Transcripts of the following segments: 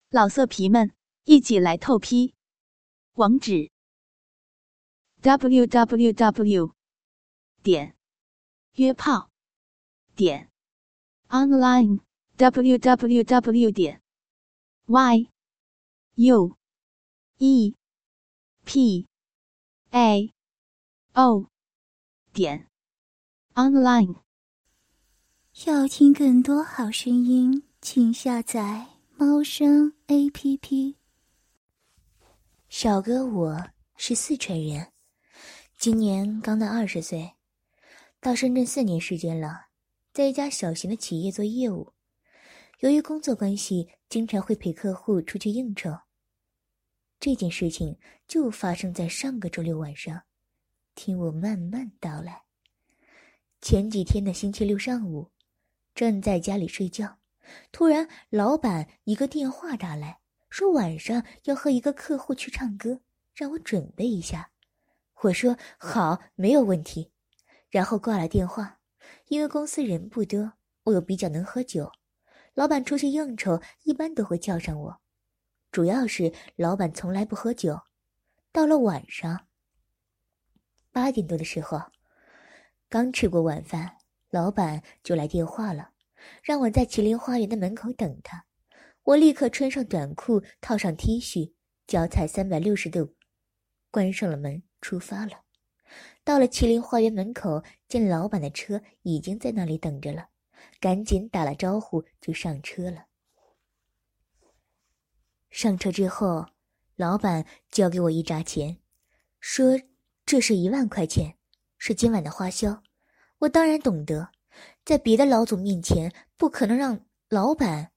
老色皮们，一起来透批！网址 www.约炮online www.yuepao.online。 要听更多好声音，请下载猫声 APP。 小哥我是四川人，今年刚到20岁，到深圳4年时间了，在一家小型的企业做业务。由于工作关系，经常会陪客户出去应酬。这件事情就发生在上个周六晚上，听我慢慢道来。前几天的星期六上午，正在家里睡觉，突然老板一个电话打来，说晚上要和一个客户去唱歌，让我准备一下。我说好，没有问题，然后挂了电话。因为公司人不多，我又比较能喝酒，老板出去应酬一般都会叫上我，主要是老板从来不喝酒。到了晚上8点多的时候，刚吃过晚饭，老板就来电话了，让我在麒麟花园的门口等他。我立刻穿上短裤，套上 T 恤，脚踩360度，关上了门，出发了。到了麒麟花园门口，见老板的车已经在那里等着了，赶紧打了招呼就上车了。上车之后，老板交给我一拃钱，说这是1万块钱，是今晚的花销。我当然懂得，在别的老总面前不可能让老板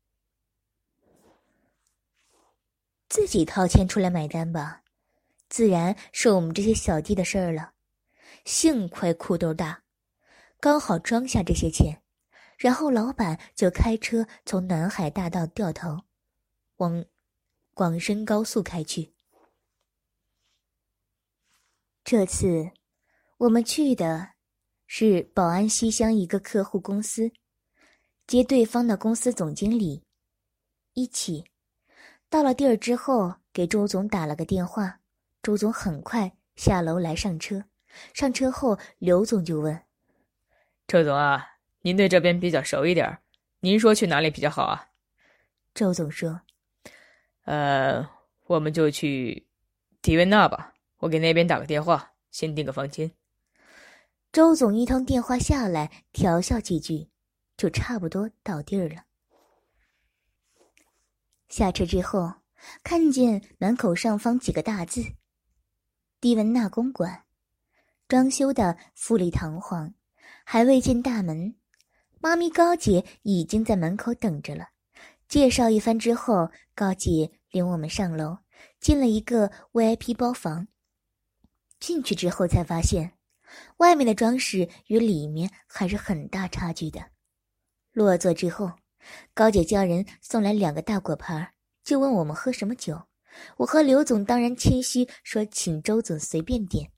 自己掏钱出来买单吧，自然是我们这些小弟的事儿了。幸亏裤兜大，刚好装下这些钱，然后老板就开车从南海大道掉头，往广深高速开去。这次我们去的是宝安西乡一个客户公司，接对方的公司总经理一起。到了地儿之后，给周总打了个电话，周总很快下楼来上车。上车后，刘总就问： 周总啊，您对这边比较熟一点，您说去哪里比较好啊？ 周总说： 我们就去迪维纳吧，我给那边打个电话，先订个房间。 周总一通电话下来，调笑几句，就差不多到地儿了。下车之后，看见门口上方几个大字：迪文纳公馆，装修的富丽堂皇，还未进大门，妈咪高姐已经在门口等着了。介绍一番之后，高姐领我们上楼，进了一个 VIP 包房。进去之后才发现，外面的装饰与里面还是很大差距的。落座之后，高姐叫人送来2个大果盘，就问我们喝什么酒。我和刘总当然谦虚说请周总随便点。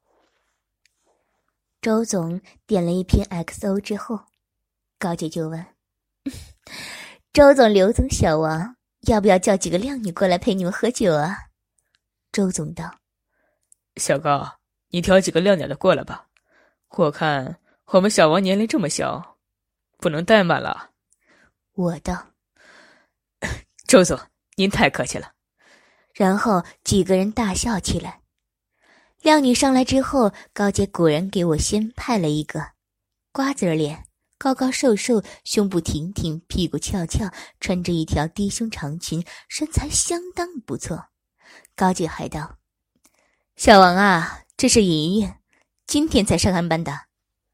周总点了一瓶 XO 之后，高姐就问：周总、刘总、小王，要不要叫几个靓女过来陪你们喝酒啊？周总道： 小高，你挑几个靓点的过来吧，我看我们小王年龄这么小，不能怠慢了。 我道： 周总，您太客气了。 然后几个人大笑起来。靓女上来之后，高姐果然给我先派了一个瓜子脸，高高瘦瘦，胸部挺挺，屁股翘翘，穿着一条低胸长裙，身材相当不错。高姐还道：小王啊，这是莹莹，今天才上完班的。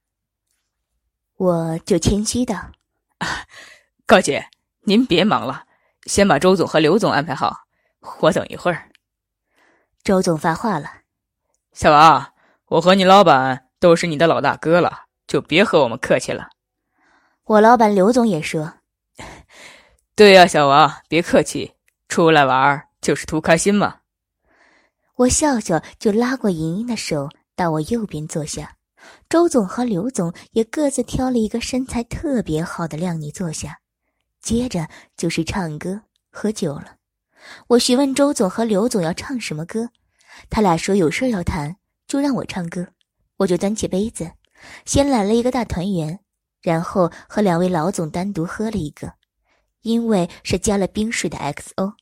我就谦虚道： 高姐，您别忙了，先把周总和刘总安排好，我等一会儿。 周总发话了： 小王，我和你老板都是你的老大哥了，就别和我们客气了。 我老板刘总也说： 对呀，小王，别客气，出来玩就是图开心嘛。 我笑笑就拉过莹莹的手到我右边坐下，周总和刘总也各自挑了一个身材特别好的靓女坐下，接着就是唱歌喝酒了。我询问周总和刘总要唱什么歌，他俩说有事要谈，就让我唱歌。我就端起杯子，先来了一个大团圆，然后和2位老总单独喝了一个，因为是加了冰水的 XO。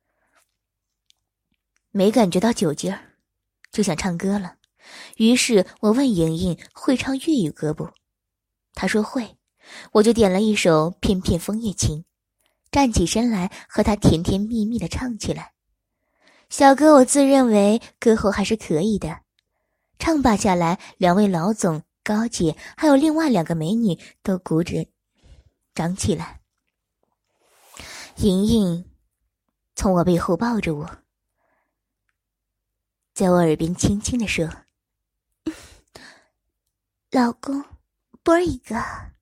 没感觉到酒劲儿，就想唱歌了。于是我问莹莹会唱粤语歌不，她说会，我就点了一首《片片枫叶情》，站起身来和她甜甜蜜蜜地唱起来。小哥我自认为歌喉还是可以的，唱罢下来，2位老总、高姐还有另外2个美女都鼓着长起来。莹莹从我背后抱着我，在我耳边轻轻地说：“老公，啵一个。”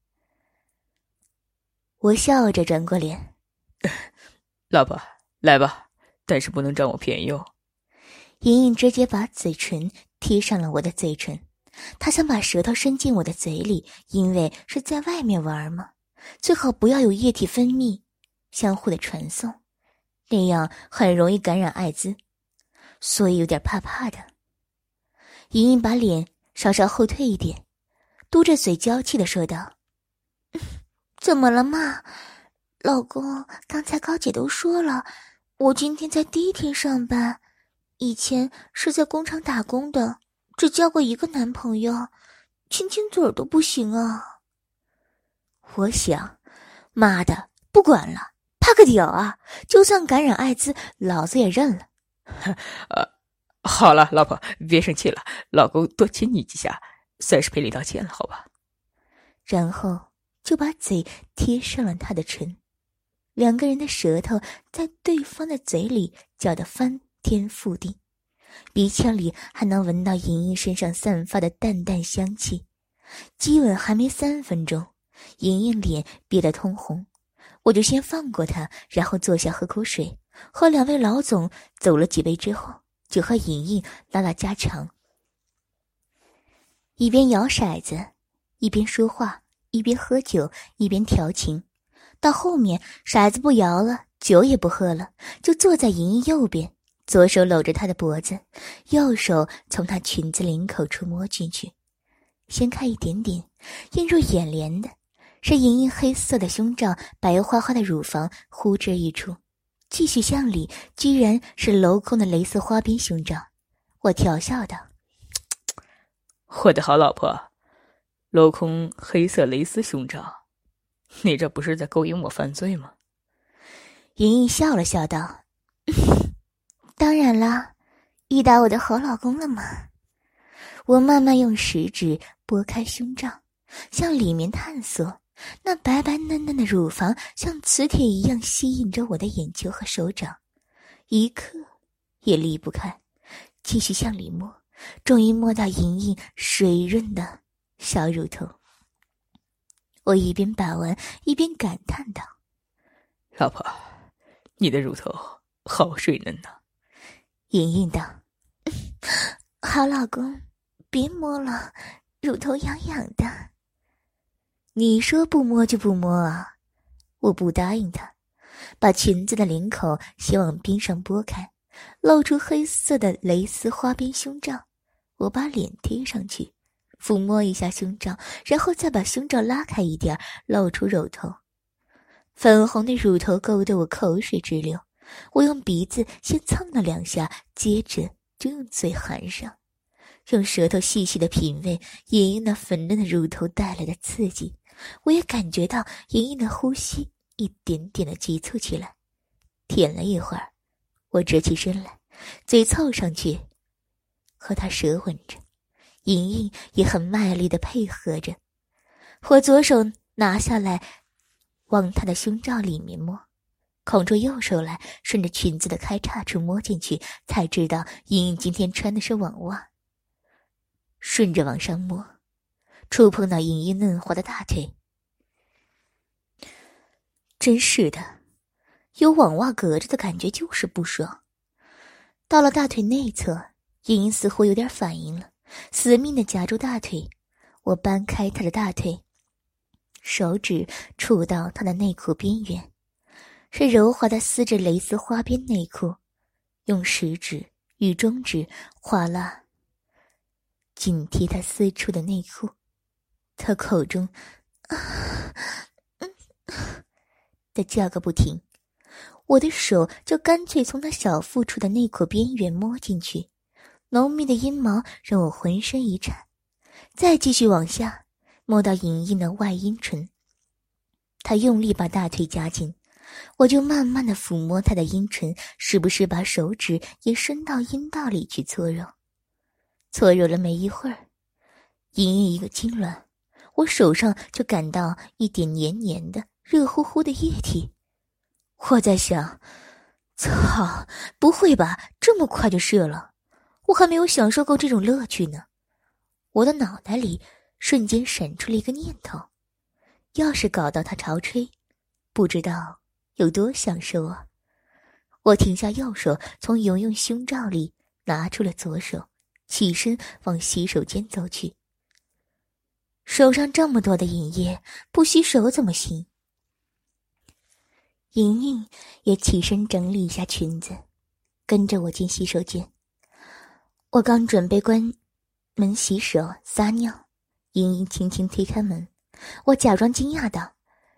我笑着转过脸：“ 老婆，来吧，但是不能占我便宜哦。” 莹莹直接把嘴唇贴上了我的嘴唇，她想把舌头伸进我的嘴里，因为是在外面玩嘛，最好不要有液体分泌，相互的传送，那样很容易感染艾滋，所以有点怕怕的。莹莹把脸稍稍后退一点，嘟着嘴娇气地说道：“怎么了嘛？老公，刚才高姐都说了，我今天才第1天上班，以前是在工厂打工的，只交过1个男朋友，亲亲嘴儿都不行啊。”我想，妈的，不管了，怕个屌啊！就算感染艾滋，老子也认了。 好了，老婆，别生气了，老公多亲你几下，算是赔礼道歉了，好吧？ 然后就把嘴贴上了他的唇，2个人的舌头在对方的嘴里搅得翻天覆地，鼻腔里还能闻到莹莹身上散发的淡淡香气。激吻还没3分钟，莹莹脸憋得通红，我就先放过她，然后坐下喝口水。和2位老总走了几杯之后，就和莹莹拉拉家常，一边摇骰子，一边说话，一边喝酒，一边调情。到后面骰子不摇了，酒也不喝了，就坐在莹莹右边，左手搂着她的脖子，右手从她裙子领口处摸进去。先看一点点，映入眼帘的是莹莹黑色的胸罩，白花花的乳房呼之欲出。继续向里，居然是镂空的蕾丝花边胸罩。我调笑道：“ 我的好老婆，镂空黑色蕾丝胸罩，你这不是在勾引我犯罪吗？” 莹莹笑了笑道：“当然啦，遇到我的好老公了嘛。”我慢慢用食指拨开胸罩，向里面探索。那白白嫩嫩的乳房像磁铁一样吸引着我的眼球和手掌，一刻也离不开。继续向里摸，终于摸到莹莹水润的小乳头。我一边把玩一边感叹道：“ 老婆，你的乳头好水嫩呐。” 莹莹道：“好老公，别摸了，乳头痒痒的。”你说不摸就不摸啊！我不答应他，把裙子的领口先往边上拨开，露出黑色的蕾丝花边胸罩。我把脸贴上去，抚摸一下胸罩，然后再把胸罩拉开一点，露出乳头。粉红的乳头勾得我口水直流，我用鼻子先蹭了2下，接着就用嘴含上，用舌头细细的品味莹莹那粉嫩的乳头带来的刺激。我也感觉到莹莹的呼吸一点点的急促起来。舔了一会儿，我直起身来，嘴凑上去和她舌吻着，莹莹也很卖力地配合着。我左手拿下来往她的胸罩里面摸，空出右手来顺着裙子的开叉处摸进去，才知道莹莹今天穿的是网袜。顺着往上摸，触碰到莹莹嫩滑的大腿。真是的，有网袜隔着的感觉就是不爽。到了大腿内侧，莹莹似乎有点反应了，死命地夹住大腿。我搬开她的大腿，手指触到她的内裤边缘， 是柔滑的撕着蕾丝花边内裤，用食指与中指划拉紧贴他私处的内裤。他口中的叫个不停，我的手就干脆从他小腹处的内裤边缘摸进去，浓密的阴毛让我浑身一颤，再继续往下摸到莹莹的外阴唇。他用力把大腿夹紧，我就慢慢地抚摸他的阴唇，时不时把手指也伸到阴道里去搓揉。搓揉了没一会儿，莹莹一个痉挛，我手上就感到一点黏黏的热乎乎的液体。我在想，操，不会吧，这么快就射了？我还没有享受过这种乐趣呢。我的脑袋里瞬间闪出了一个念头，要是搞到他潮吹，不知道有多享受啊。我停下右手，从莹莹胸罩里拿出了左手，起身往洗手间走去。手上这么多的饮液，不洗手怎么行？莹莹也起身整理一下裙子，跟着我进洗手间。我刚准备关门洗手撒尿，莹莹轻轻推开门，我假装惊讶道：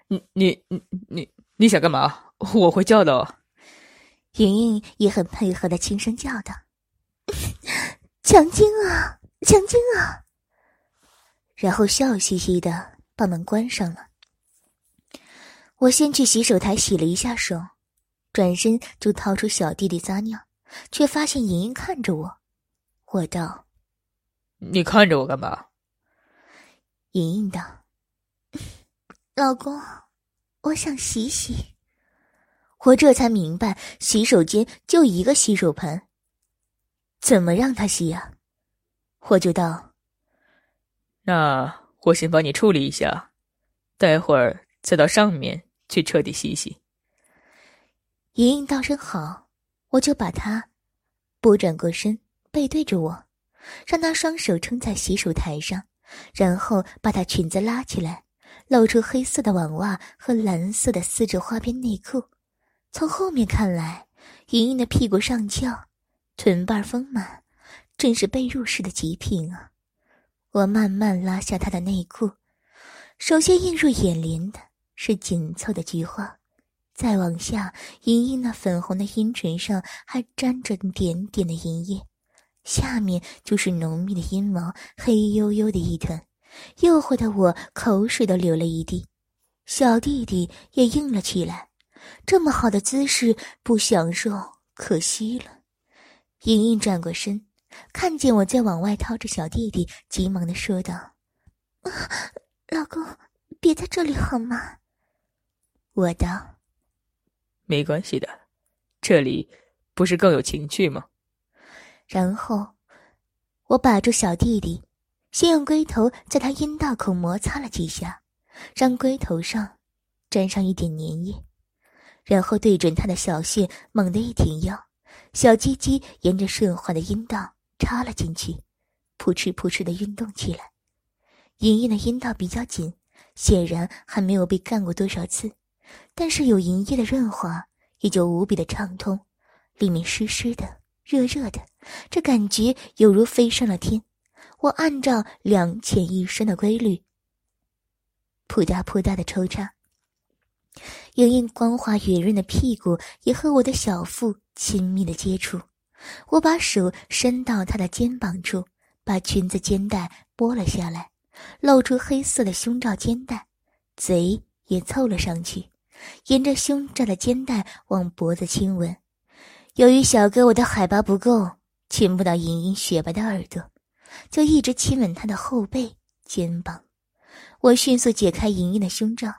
你想干嘛？我会叫的哦。 莹莹也很配合的轻声叫道：强奸啊，强奸啊！然后笑嘻嘻的把门关上了。我先去洗手台洗了一下手，转身就掏出小弟弟撒尿，却发现莹莹看着我。我道： 你看着我干嘛？ 莹莹道：老公，我想洗洗。我这才明白洗手间就一个洗手盆，怎么让他洗啊？我就道： 那我先帮你处理一下，待会儿再到上面去彻底洗洗。 莹莹道声好，我就把她拨转过身，背对着我，让她双手撑在洗手台上，然后把她裙子拉起来，露出黑色的网袜和蓝色的丝质花边内裤。从后面看来，莹莹的屁股上翘，臀瓣丰满，真是被入式的极品啊。我慢慢拉下她的内裤，首先映入眼帘的是紧凑的菊花，再往下，莹莹那粉红的阴唇上还沾着点点的银液，下面就是浓密的阴毛，黑黝黝的一团，诱惑的我口水都流了一地。小弟弟也硬了起来，这么好的姿势不享受可惜了。莹莹转过身，看见我在往外掏着小弟弟，急忙地说道：老公，别在这里好吗？我道： 没关系的，这里不是更有情趣吗？ 然后我把住小弟弟，先用龟头在他阴道口摩擦了几下，让龟头上沾上一点粘液，然后对准他的小穴猛地一挺腰，小鸡鸡沿着顺滑的阴道插了进去，扑哧扑哧地运动起来。莹莹的阴道比较紧，显然还没有被干过多少次，但是有银液的润滑，也就无比的畅通，里面湿湿的热热的，这感觉犹如飞上了天。我按照2浅1深的规律，扑嗒扑嗒的抽插，莹莹光滑圆润的屁股也和我的小腹亲密的接触。我把手伸到她的肩膀处，把裙子肩带拨了下来，露出黑色的胸罩肩带，嘴也凑了上去，沿着胸罩的肩带往脖子亲吻。由于小哥我的海拔不够，亲不到莹莹雪白的耳朵，就一直亲吻她的后背、肩膀。我迅速解开莹莹的胸罩，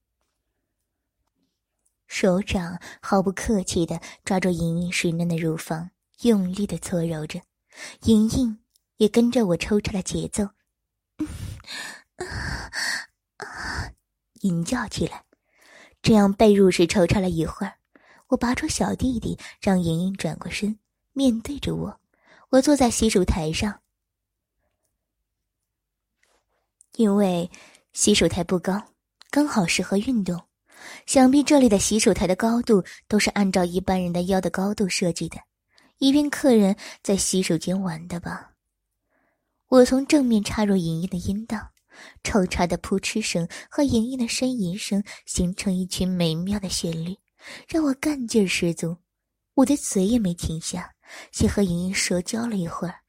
手掌毫不客气地抓住莹莹湿嫩的乳房，用力地搓揉着。莹莹也跟着我抽插的节奏，吟叫起来。这样被入式抽插了一会儿，我拔出小弟弟，让莹莹转过身，面对着我。我坐在洗手台上，因为洗手台不高，刚好适合运动， 想必这里的洗手台的高度都是按照一般人的腰的高度设计的，以便客人在洗手间玩的吧。我从正面插入莹莹的阴道，抽插的扑哧声和莹莹的呻吟声形成一群美妙的旋律，让我干劲十足。我的嘴也没停下，先和莹莹舌交了一会儿，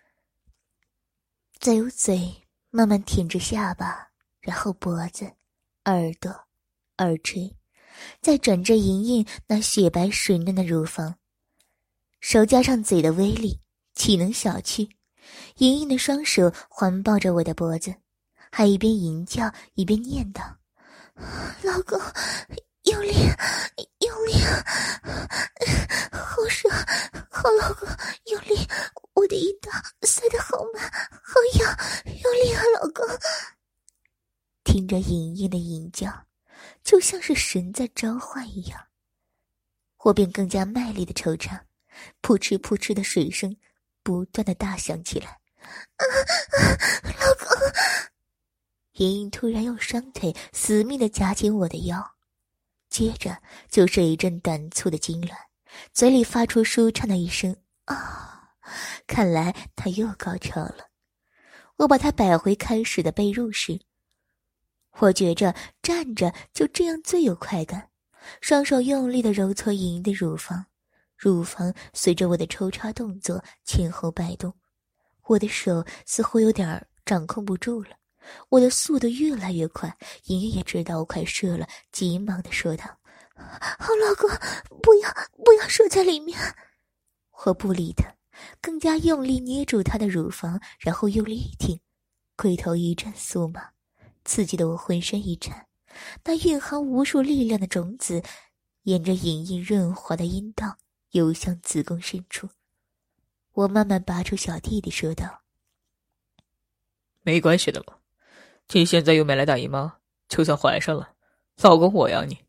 再用嘴慢慢舔着下巴，然后脖子、耳朵、耳垂，再转着莹莹那雪白水嫩的乳房。手加上嘴的威力，岂能小觑？莹莹的双手环抱着我的脖子，还一边吟叫一边念叨：“老公，用力，用力，好爽，好老公，用力，我的阴道塞得好满，好痒，用力啊，老公。”听着莹莹的吟叫，就像是神在召唤一样，我便更加卖力的抽插，扑哧扑哧的水声不断的大响起来。老公！莹莹突然用双腿死命的夹紧我的腰，接着就是一阵短促的痉挛，嘴里发出舒畅的一声啊！看来她又高潮了。我把她摆回开始的被褥时，我觉着站着就这样最有快感，双手用力的揉搓莹莹的乳房，乳房随着我的抽插动作前后摆动，我的手似乎有点掌控不住了，我的速度越来越快，莹莹也知道我快射了，急忙地说道：“好老公，不要射在里面。”我不理他，更加用力捏住他的乳房，然后用力一挺，龟头一阵酥麻，刺激得我浑身一颤。那蕴含无数力量的种子沿着莹莹润滑的阴道游向子宫深处。我慢慢拔出小弟弟说道：“ 没关系的嘛，你现在又没来大姨妈，就算怀上了，老公我养你。”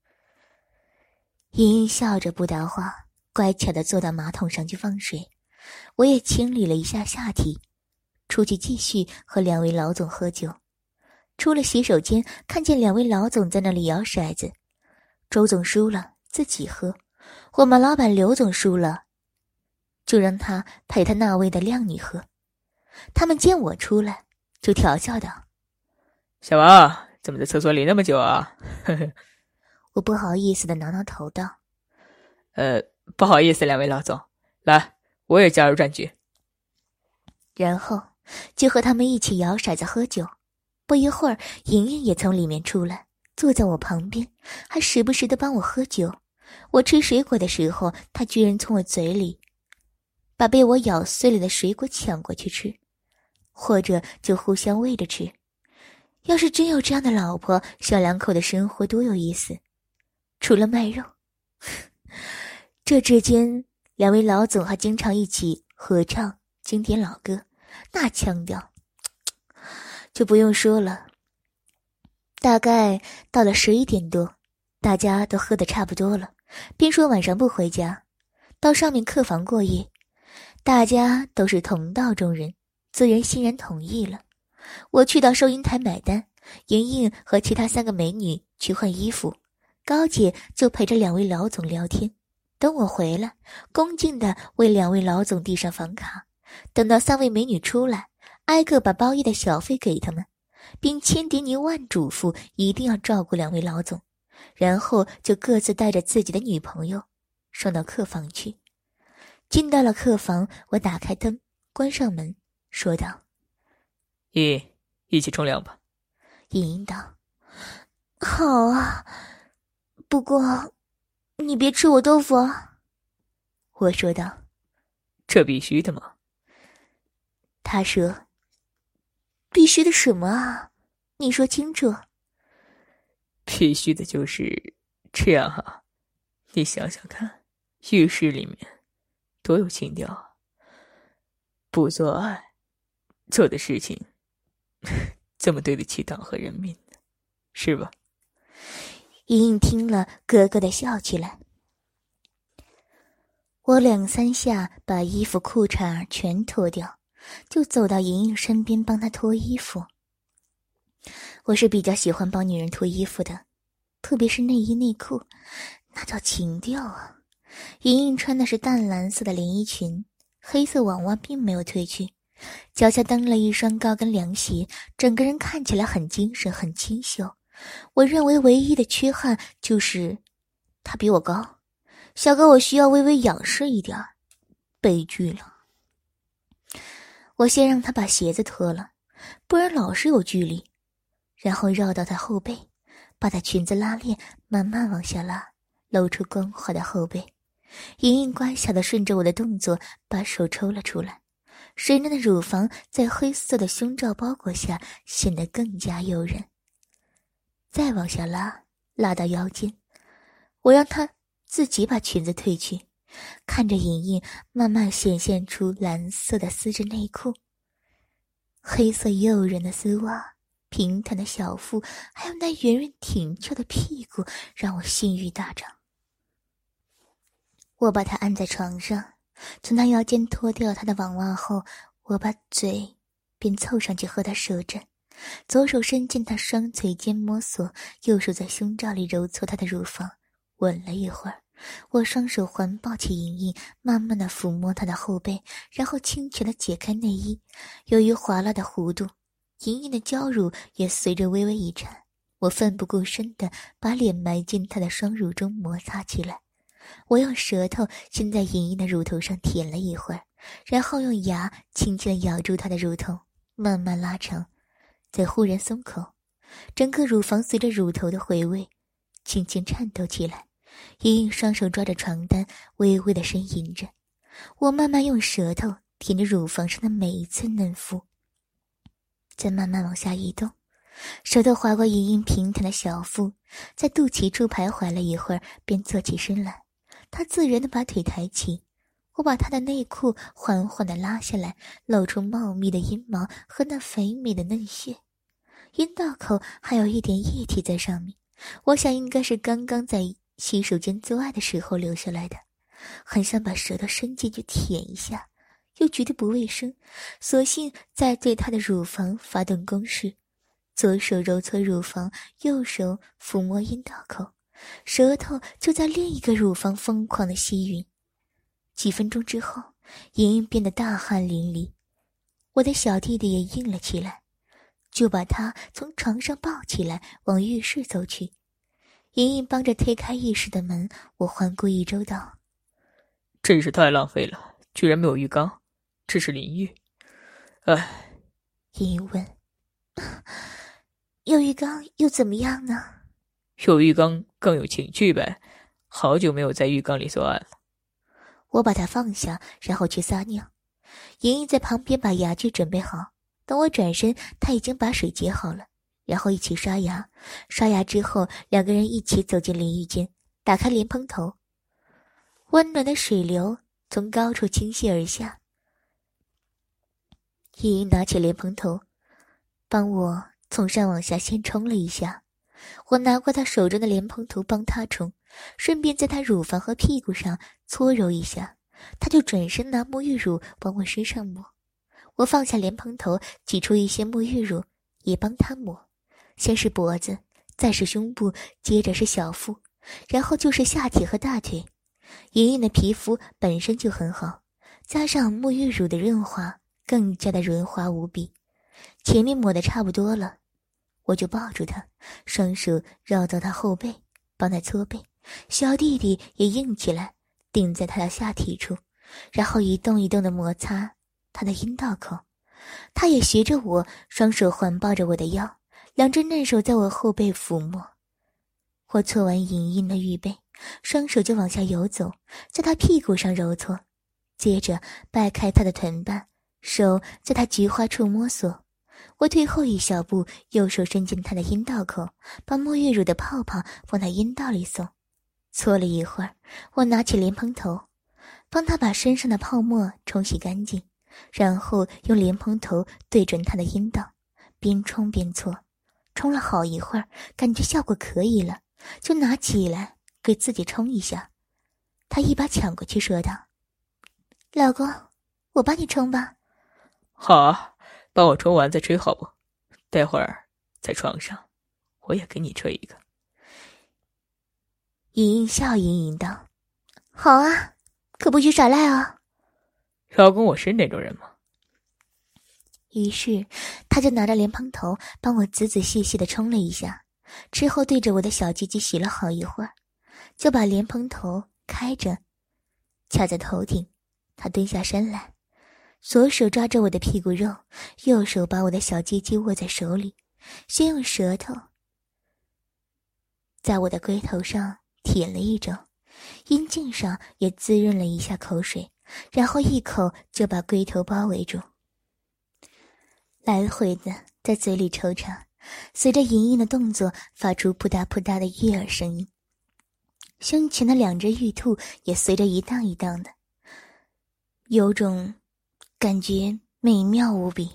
莹莹笑着不答话，乖巧地坐到马桶上去放水。我也清理了一下下体，出去继续和两位老总喝酒。出了洗手间，看见两位老总在那里摇骰子，周总输了自己喝，我们老板刘总输了就让他陪他那位的靓女喝。他们见我出来就调笑道：“ 小王怎么在厕所里那么久啊？” 我不好意思地挠挠头道：“ 不好意思，两位老总，来，我也加入战局。” 然后就和他们一起摇骰子喝酒。不一会儿，莹莹也从里面出来，坐在我旁边，还时不时地帮我喝酒。我吃水果的时候，她居然从我嘴里把被我咬碎了的水果抢过去吃，或者就互相喂着吃。要是真有这样的老婆，小两口的生活多有意思。除了卖肉，这之间两位老总还经常一起合唱经典老歌，那腔调就不用说了。大概到了11点多，大家都喝得差不多了，便说晚上不回家，到上面客房过夜。大家都是同道中人，自然欣然同意了。我去到收银台买单，莹莹和其他3个美女去换衣服，高姐就陪着两位老总聊天。等我回来，恭敬地为两位老总递上房卡，等到3位美女出来，挨个把包夜的小费给他们，并千叮咛万嘱咐一定要照顾两位老总，然后就各自带着自己的女朋友上到客房去。进到了客房，我打开灯，关上门，说道：“ 一起冲凉吧。” 莹莹道：“好啊，不过你别吃我豆腐啊。”我说道：“ 这必须的嘛。” 他说：“必须的什么啊？你说清楚。” 必须的就是这样啊！你想想看，浴室里面多有情调啊！不做爱做的事情，这么对得起党和人民呢，是吧？ 莹莹听了，咯咯地笑起来。我2、3下把衣服裤衩全脱掉，就走到莹莹身边帮她脱衣服。我是比较喜欢帮女人脱衣服的， 特别是内衣内裤，那叫情调啊。莹莹穿的是淡蓝色的连衣裙，黑色网袜并没有褪去，脚下蹬了一双高跟凉鞋，整个人看起来很精神很清秀。我认为唯一的缺憾就是她比我高，小哥我需要微微仰视一点，悲剧了。我先让她把鞋子脱了，不然老是有距离，然后绕到她后背，把她裙子拉链慢慢往下拉，露出光滑的后背。莹莹乖巧地顺着我的动作把手抽了出来，水嫩的乳房在灰色的胸罩包裹下显得更加诱人。再往下拉，拉到腰间，我让她自己把裙子褪去，看着莹莹慢慢显现出蓝色的丝质内裤，黑色诱人的丝袜，平坦的小腹，还有那圆润挺翘的屁股，让我性欲大涨。我把她按在床上，从她腰间脱掉她的网袜后，我把嘴便凑上去和她舌战，左手伸进她双腿间摸索，右手在胸罩里揉搓她的乳房，吻了一会儿。我双手环抱起莹莹，慢慢地抚摸她的后背，然后轻巧地解开内衣。由于滑落的弧度，莹莹的娇乳也随着微微一颤，我奋不顾身地把脸埋进她的双乳中摩擦起来。我用舌头先在莹莹的乳头上舔了一会儿，然后用牙轻轻地咬住她的乳头，慢慢拉长，再忽然松口，整个乳房随着乳头的回味轻轻颤抖起来。莹莹双手抓着床单，微微地呻吟着，我慢慢用舌头舔着乳房上的每一寸嫩肤，再慢慢往下移动，舌头划过莹莹平坦的小腹，在肚脐处徘徊了一会儿，便坐起身来。她自然地把腿抬起，我把她的内裤缓缓地拉下来，露出茂密的阴毛和那肥美的嫩穴，阴道口还有一点液体在上面，我想应该是刚刚在洗手间做爱的时候留下来的，很想把舌头伸进去舔一下，又觉得不卫生，索性再对她的乳房发动攻势，左手揉搓乳房，右手抚摸阴道口，舌头就在另一个乳房疯狂地吸吮。几分钟之后，莹莹变得大汗淋漓，我的小弟弟也硬了起来，就把他从床上抱起来往浴室走去。莹莹帮着推开浴室的门，我环顾一周道： 真是太浪费了，居然没有浴缸，只是淋浴。唉。 莹莹问：有浴缸又怎么样呢？ 有浴缸更有情趣呗，好久没有在浴缸里做爱了。 我把它放下，然后去撒尿。莹莹在旁边把牙具准备好，等我转身，她已经把水接好了，然后一起刷牙。刷牙之后，两个人一起走进淋浴间，打开莲蓬头，温暖的水流从高处倾泻而下。莹莹拿起莲蓬头，帮我从上往下先冲了一下。我拿过她手中的莲蓬头帮她冲，顺便在她乳房和屁股上搓揉一下，她就转身拿沐浴乳往我身上抹。我放下莲蓬头，挤出一些沐浴乳，也帮她抹。先是脖子，再是胸部，接着是小腹，然后就是下体和大腿。莹莹的皮肤本身就很好，加上沐浴乳的润滑，更加的润滑无比。前面抹得差不多了，我就抱住她，双手绕到她后背，帮她搓背，小弟弟也硬起来，顶在她的下体处，然后一动一动地摩擦她的阴道口。她也学着我，双手环抱着我的腰，两只嫩手在我后背抚摸。我搓完莹莹的玉背，双手就往下游走，在她屁股上揉搓，接着掰开她的臀瓣，手在她菊花处摸索。我退后一小步，右手伸进她的阴道口，把沐浴乳的泡泡往她阴道里送。搓了一会儿，我拿起莲蓬头，帮她把身上的泡沫冲洗干净，然后用莲蓬头对准她的阴道，边冲边搓。冲了好一会儿，感觉效果可以了，就拿起来给自己冲一下。她一把抢过去说道：老公，我帮你冲吧。 好啊，帮我冲完再吹好不？待会儿在床上我也给你吹一个。 莹莹笑盈盈道：“好啊，可不许耍赖啊。” 老公，我是那种人吗？ 于是他就拿着莲蓬头帮我仔仔细细地冲了一下，之后对着我的小鸡鸡洗了好一会儿，就把莲蓬头开着卡在头顶。他蹲下身来，左手抓着我的屁股肉，右手把我的小鸡鸡握在手里，先用舌头在我的龟头上舔了一整，阴茎上也滋润了一下口水，然后一口就把龟头包围住，来回的在嘴里抽插，随着莹莹的动作发出扑嗒扑嗒的悦耳声音，胸前的两只玉兔也随着一荡一荡的，有种感觉美妙无比。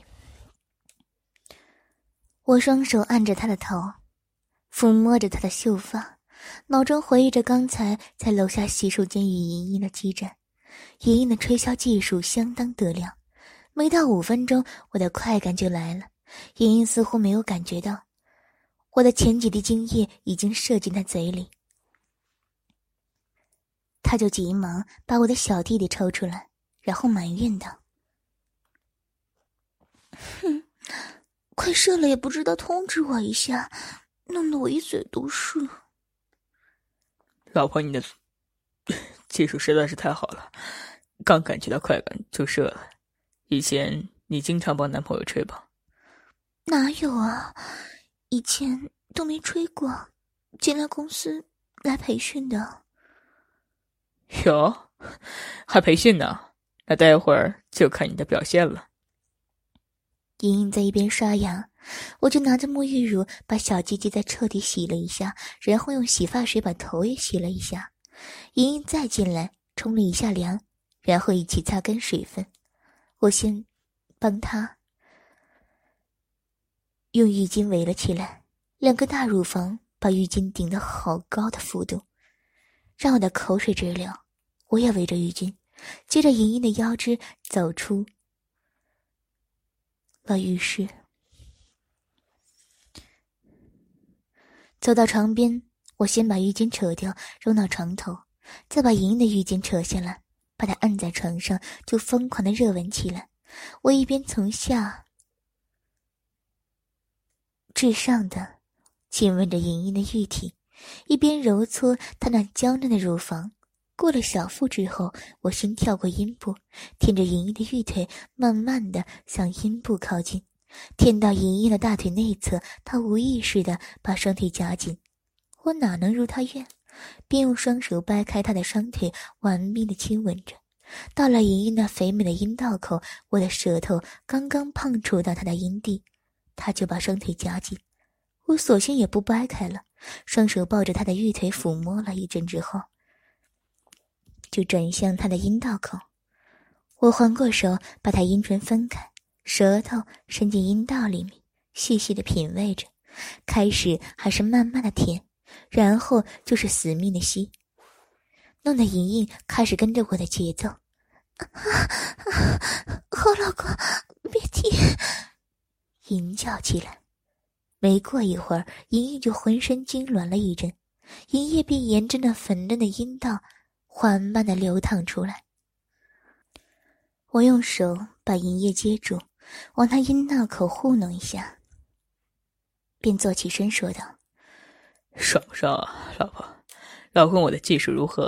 我双手按着她的头，抚摸着她的秀发，脑中回忆着刚才在楼下洗手间与莹莹的激战。莹莹的吹箫技术相当得量，没到5分钟，我的快感就来了。莹莹似乎没有感觉到，我的前几滴精液已经射进她嘴里，她就急忙把我的小弟弟抽出来，然后埋怨道：“哼，快射了也不知道通知我一下，弄得我一嘴毒誓。” 老婆，你的技术实在是太好了，刚感觉到快感就射了。以前你经常帮男朋友吹吧？ 哪有啊，以前都没吹过，进来公司来培训的。 哟，还培训呢？那待会儿就看你的表现了。 莹莹在一边刷牙，我就拿着沐浴乳把小鸡鸡再彻底洗了一下，然后用洗发水把头也洗了一下。莹莹再进来冲了一下凉，然后一起擦干水分。我先帮她用浴巾围了起来，2个大乳房把浴巾顶得好高的幅度，让我的口水直流。我也围着浴巾，接着莹莹的腰肢走出了浴室，走到床边，我先把浴巾扯掉扔到床头，再把莹莹的浴巾扯下来，把她按在床上，就疯狂的热吻起来。我一边从下至上的亲吻着莹莹的玉体，一边揉搓她那娇嫩的乳房。过了小腹之后，我先跳过阴部，舔着莹莹的玉腿，慢慢的向阴部靠近，舔到莹莹的大腿内侧，她无意识的把双腿夹紧，我哪能如她愿，便用双手掰开她的双腿，玩命的亲吻着。到了莹莹那肥美的阴道口，我的舌头刚刚碰触到她的阴蒂，她就把双腿夹紧，我索性也不掰开了，双手抱着她的玉腿抚摸了一阵之后，就转向她的阴道口。我环过手，把她阴唇分开，舌头伸进阴道里面，细细的品味着。开始还是慢慢的舔，然后就是死命的吸，弄得莹莹开始跟着我的节奏。好老公，别停！淫叫起来。没过一会儿，莹莹就浑身痉挛了一阵，银液便沿着那粉嫩的阴道缓慢地流淌出来。我用手把银液接住，往她阴道口糊弄一下，便坐起身说道：“ 爽不爽啊，老婆？老公，我的技术如何？”“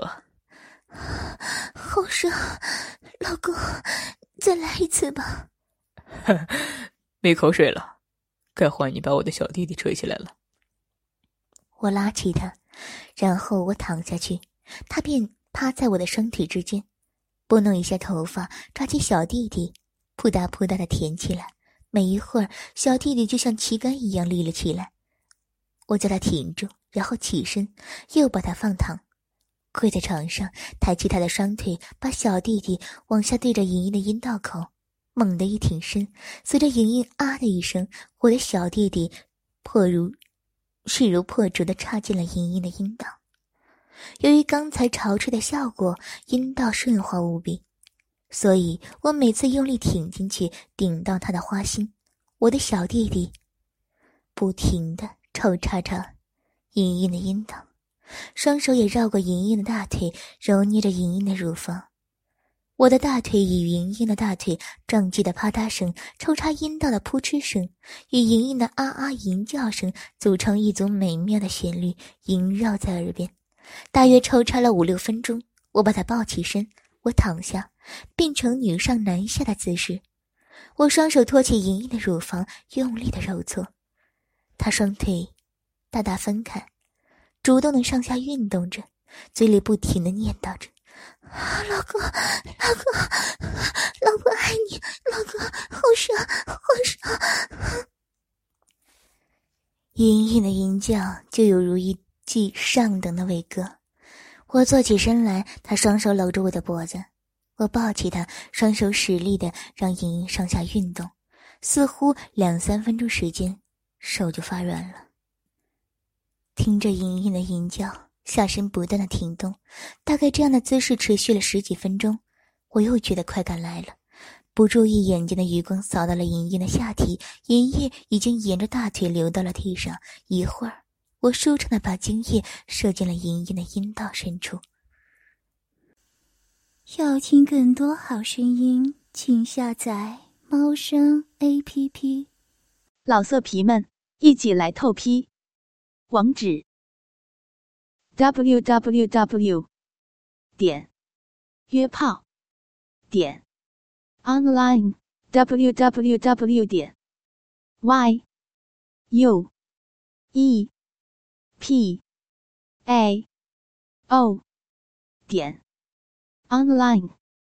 好爽，老公，再来一次吧。”“ 没口水了，该换你把我的小弟弟吹起来了。” 我拉起他，然后我躺下去，他便趴在我的身体之间，拨弄一下头发，抓起小弟弟，扑嗒扑嗒的舔起来。没一会儿，小弟弟就像旗杆一样立了起来。我叫他挺住，然后起身，又把他放躺，跪在床上，抬起他的双腿，把小弟弟往下对着莹莹的阴道口猛地一挺身，随着莹莹啊的一声，我的小弟弟势如破竹地插进了莹莹的阴道。由于刚才潮吹的效果，阴道顺滑无比，所以我每次用力挺进去，顶到他的花心，我的小弟弟不停地抽插着莹莹的阴道。 双手也绕过莹莹的大腿，揉捏着莹莹的乳房。我的大腿与莹莹的大腿撞击的啪嗒声，抽插阴道的扑哧声，与莹莹的啊啊吟叫声组成一组美妙的旋律，萦绕在耳边。大约抽插了5-6分钟，我把她抱起身，我躺下，变成女上男下的姿势。我双手托起莹莹的乳房，用力的揉搓。她双腿大大分开，主动的上下运动着，嘴里不停的念叨着：老公，老公，老婆爱你，老公，好爽，好爽。隐隐的吟叫就犹如一记上等的伟歌。我坐起身来，他双手搂着我的脖子，我抱起他，双手使力的让莹莹上下运动，似乎2-3分钟时间，手就发软了。听着莹莹的吟叫，下身不断的停动，大概这样的姿势持续了10几分钟，我又觉得快感来了，不注意眼睛的余光扫到了莹莹的下体，银液已经沿着大腿流到了地上，一会儿我舒畅的把精液射进了莹莹的阴道深处。 要听更多好声音，请下载猫声 APP。 老色皮们，一起来透批！网址 www.约炮online www.yuepao.online